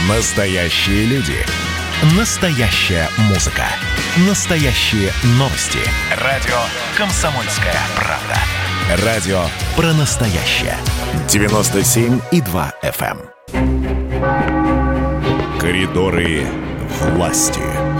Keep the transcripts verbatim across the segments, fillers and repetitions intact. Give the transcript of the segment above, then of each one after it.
Настоящие люди. Настоящая музыка. Настоящие новости. Радио «Комсомольская правда». Радио про настоящее. девяносто семь и два эф эм. Коридоры власти.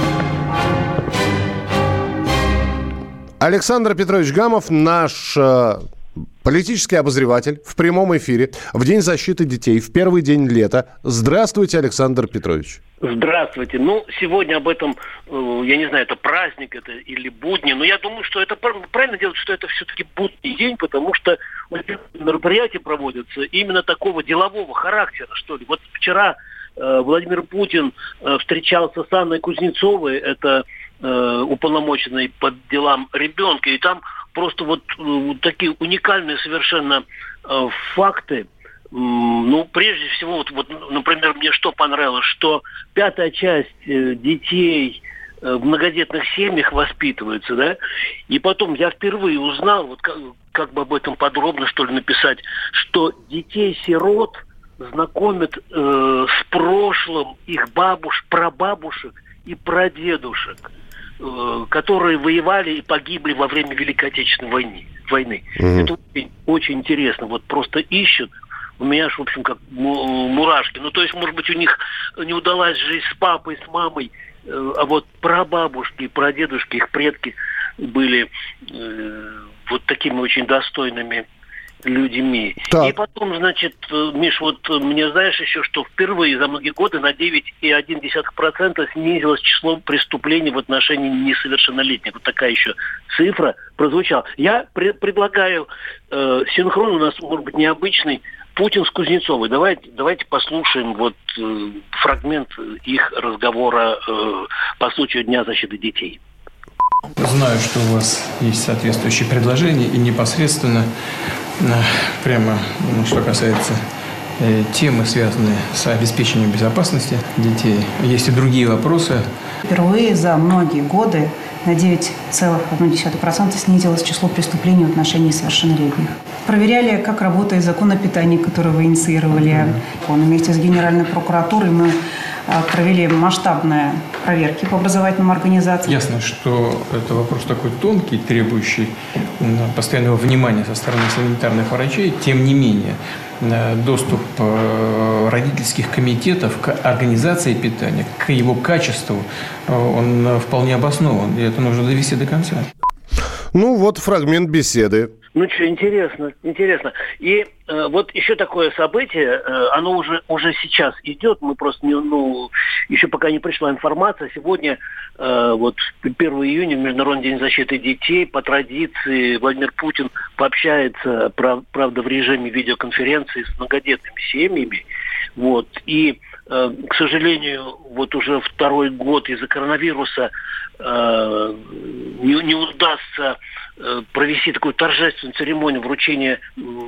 Александр Петрович Гамов, наш э, политический обозреватель, в прямом эфире в День защиты детей, в первый день лета. Здравствуйте, Александр Петрович. Здравствуйте. Ну, сегодня об этом, э, я не знаю, это праздник это или будни, но я думаю, что это правильно делать, что это все-таки будний день, потому что мероприятия проводятся именно такого делового характера, что ли. Вот вчера э, Владимир Путин э, встречался с Анной Кузнецовой, это э, уполномоченной по делам ребенка, и там просто вот э, такие уникальные совершенно э, факты. Ну, прежде всего, вот, вот, например, мне что понравилось, что пятая часть э, детей э, в многодетных семьях воспитывается, да, и потом я впервые узнал, вот как, как бы об этом подробно, что ли, написать, что детей-сирот знакомят э, с прошлым их бабуш, прабабушек и прадедушек, э, которые воевали и погибли во время Великой Отечественной войны. войны. Mm-hmm. Это очень, очень интересно, вот просто ищут. У меня ж, в общем, как мурашки. Ну, то есть, может быть, у них не удалась жизнь с папой, с мамой, а вот прабабушки и прадедушки, их предки были э, вот такими очень достойными людьми. Так. И потом, значит, Миш, вот мне знаешь еще, что впервые за многие годы на девять и одна десятая процента снизилось число преступлений в отношении несовершеннолетних. Вот такая еще цифра прозвучала. Я pre- предлагаю э, синхрон у нас, может быть, необычный, Путин с Кузнецовой. Давайте, давайте послушаем вот э, фрагмент их разговора э, по случаю Дня защиты детей. Знаю, что у вас есть соответствующие предложения, и непосредственно, прямо, ну, что касается э, темы, связанные с обеспечением безопасности детей, есть и другие вопросы. Впервые за многие годы на девять целых одна десятая процента снизилось число преступлений в отношении несовершеннолетних. Проверяли, как работает закон о питании, который вы инициировали. Mm-hmm. Вместе с Генеральной прокуратурой мы провели масштабные проверки по образовательным организациям. Ясно, что это вопрос такой тонкий, требующий постоянного внимания со стороны санитарных врачей. Тем не менее, доступ родительских комитетов к организации питания, к его качеству, он вполне обоснован. И это нужно довести до конца. Ну, вот фрагмент беседы. Ну что, интересно, интересно. И э, вот еще такое событие, э, оно уже, уже сейчас идет, мы просто, не, ну, еще пока не пришла информация. Сегодня, э, вот первого июня, Международный день защиты детей, по традиции Владимир Путин пообщается, прав, правда, в режиме видеоконференции с многодетными семьями. Вот. И, э, к сожалению, вот уже второй год из-за коронавируса э, не, не удастся э, провести такую торжественную церемонию вручения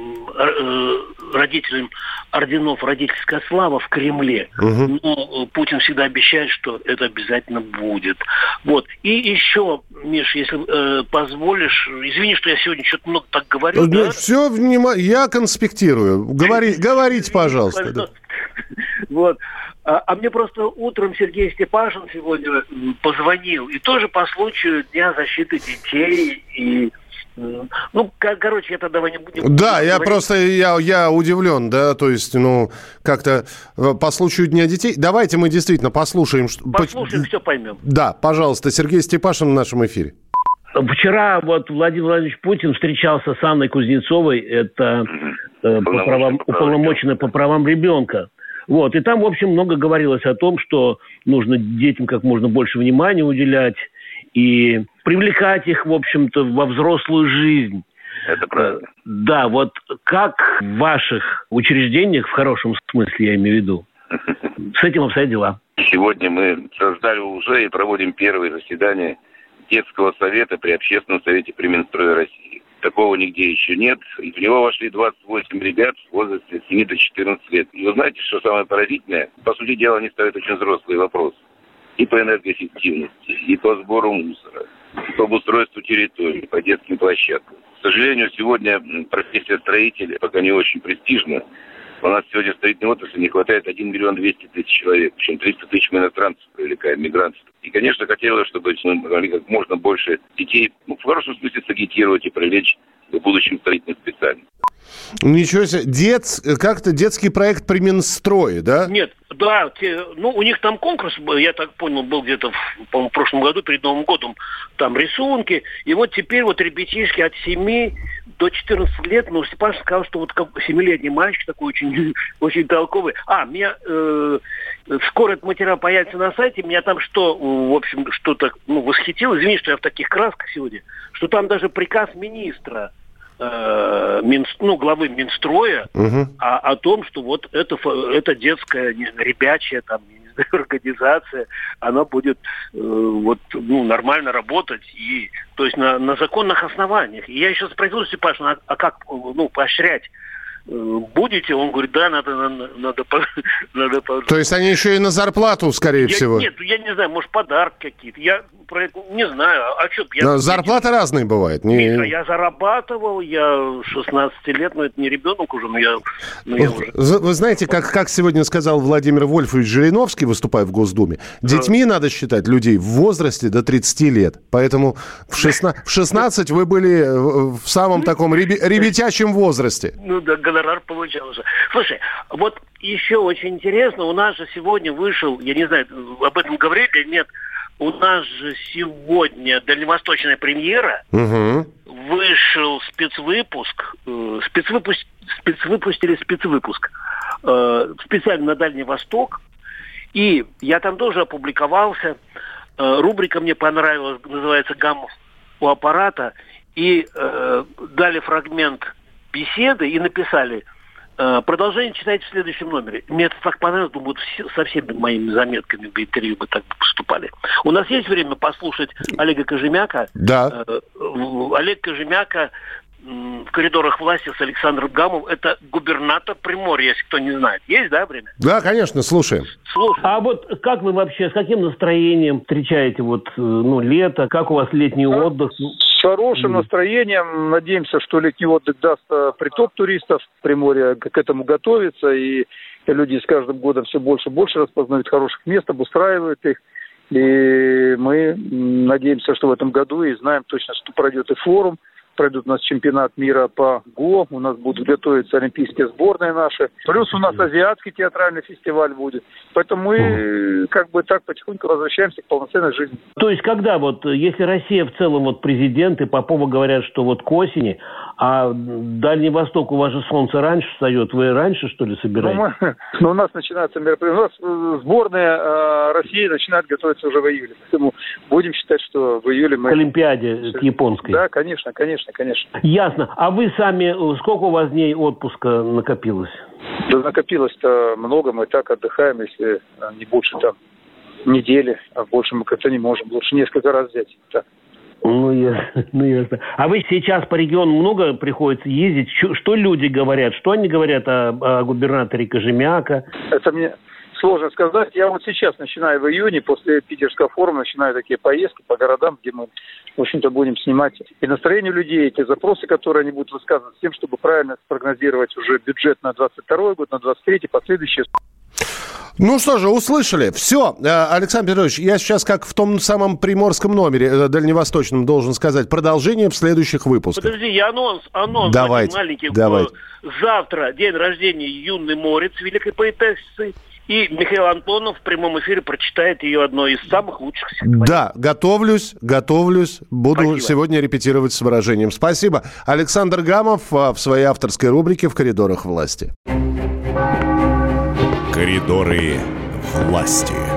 э, родителям орденов «Родительская слава» в Кремле. Угу. Но Путин всегда обещает, что это обязательно будет. Вот. И еще, Миш, если э, позволишь, извини, что я сегодня что-то много так говорю. Ну, да? Все, вним... я конспектирую. Говори, говорите, пожалуйста. Да. Вот. А, а мне просто утром Сергей Степашин сегодня позвонил, и тоже по случаю Дня защиты детей, и ну, короче, это давай не будем... Да, я говорить. просто, я, я удивлен, да, то есть, ну, как-то по случаю Дня детей. Давайте мы действительно послушаем. Послушаем, по... все поймем. Да, пожалуйста, Сергей Степашин в нашем эфире. Вчера вот Владимир Владимирович Путин встречался с Анной Кузнецовой, это э, по правам, уполномоченная по правам ребенка. Вот, и там, в общем, много говорилось о том, что нужно детям как можно больше внимания уделять и привлекать их, в общем-то, во взрослую жизнь. Это правильно. Да, вот как в ваших учреждениях, в хорошем смысле я имею в виду, с этим обстоят дела? Сегодня мы создали уже и проводим первое заседание детского совета при Общественном совете при Минстроя России. Такого нигде еще нет. И в него вошли двадцать восемь ребят в возрасте с семи до четырнадцати лет. И вы знаете, что самое поразительное? По сути дела, они ставят очень взрослые вопросы. И по энергоэффективности, и по сбору мусора, и по обустройству территории, по детским площадкам. К сожалению, сегодня профессия строителя пока не очень престижна. У нас сегодня в строительной отрасли не хватает один миллион двести тысяч человек, причем триста тысяч мы иностранцев привлекаем, мигрантов. И, конечно, хотелось, чтобы мы могли как можно больше детей, ну, в хорошем смысле, сагитировать и привлечь к будущим строительным специальностям. Ничего себе. Дет... Как-то детский проект при Минстрое, да? Нет, да. Те, ну, у них там конкурс, я так понял, был где-то, по-моему, в прошлом году, перед Новым годом, там рисунки. И вот теперь вот ребятишки от семи до четырнадцати лет, ну, Степан сказал, что вот как семилетний мальчик такой очень, очень толковый. А, меня э, скоро этот материал появится на сайте, меня там что, в общем, что-то ну, восхитило, извини, что я в таких красках сегодня, что там даже приказ министра, э, Мин, ну, главы Минстроя, угу. о, о том, что вот это, это детская, не знаю, ребячая там, организация, она будет э, вот, ну, нормально работать, и, то есть на, на законных основаниях. И я еще спросил Степашина, а, а как ну, поощрять э, будете? Он говорит, да, надо... надо, надо, надо То есть они еще и на зарплату, скорее я, всего? Нет, я не знаю, может, подарок какие-то. Я про это не знаю. А что? Я, зарплаты я, разные бывают. Не... Миша, я зарабатывал, я шестнадцать лет, но это не ребенок уже, но я, но я уже... Вы знаете, как, как сегодня сказал Владимир Вольфович Жириновский, выступая в Госдуме, детьми да. надо считать людей в возрасте до тридцати лет. Поэтому в, шестнадцать, в шестнадцать вы были в самом таком ребе, ребятячем возрасте. Ну да, гонорар получал уже. Слушай, вот еще очень интересно, у нас же сегодня вышел, я не знаю, об этом говорили или нет, у нас же сегодня дальневосточная премьера, угу. вышел спецвыпуск, э, спецвыпуск, спецвыпустили спецвыпуск э, специально на Дальний Восток, и я там тоже опубликовался, э, рубрика мне понравилась, называется «Гамов у аппарата», и э, дали фрагмент беседы и написали: продолжение читайте в следующем номере. Мне это так понравилось, думаю, вот со всеми моими заметками бы интервью бы так бы поступали. У нас есть время послушать Олега Кожемяка? Да. Олег Кожемяка в коридорах власти с Александром Гамовым. Это губернатор Приморья, если кто не знает. Есть, да, время? Да, конечно, слушаем. Слушаем. А вот как вы вообще, с каким настроением встречаете вот, ну, лето? Как у вас летний отдых? С хорошим настроением. Надеемся, что летний отдых даст приток туристов. Приморье к этому готовится. И люди с каждым годом все больше и больше распознают хороших мест, обустраивают их. И мы надеемся, что в этом году, и знаем точно, что пройдет и форум. Пройдут у нас чемпионат мира по ГО, у нас будут готовиться олимпийские сборные наши. Плюс у нас азиатский театральный фестиваль будет. Поэтому мы как бы так потихоньку возвращаемся к полноценной жизни. То есть когда вот, если Россия в целом, вот президент и Попова говорят, что вот к осени, а Дальний Восток, у вас же солнце раньше встает, вы раньше, что ли, собираете? Ну, мы, ну у нас начинается мероприятие. У нас сборная э, России начинает готовиться уже в июле. Поэтому будем считать, что в июле мы... К Олимпиаде, к японской. Да, конечно, конечно. Конечно. Ясно. А вы сами, сколько у вас дней отпуска накопилось? Да накопилось-то много, мы так отдыхаем, если не больше там недели, а больше мы как-то не можем. Лучше несколько раз взять. Так. Ну, ясно. Ну, ясно. А вы сейчас по региону много приходится ездить? Что, что люди говорят? Что они говорят о, о губернаторе Кожемяка? Это мне... Сложно сказать. Я вот сейчас начинаю в июне, после питерского форума, начинаю такие поездки по городам, где мы, в общем-то, будем снимать и настроение людей, эти запросы, которые они будут высказывать, с тем, чтобы правильно спрогнозировать уже бюджет на двадцать второй год, на двадцать третий, последующие. Ну что же, услышали. Все, Александр Петрович, я сейчас, как в том самом приморском номере дальневосточном, должен сказать продолжение в следующих выпусках. Подожди, я анонс, анонс давайте, маленький. Давайте. Завтра день рождения юной Морец, великой поэтессы. И Михаил Антонов в прямом эфире прочитает ее одно из самых лучших стихотворений. Да, готовлюсь, готовлюсь. Буду Спасибо. сегодня репетировать с выражением. Спасибо. Александр Гамов в своей авторской рубрике «В коридорах власти». Коридоры власти.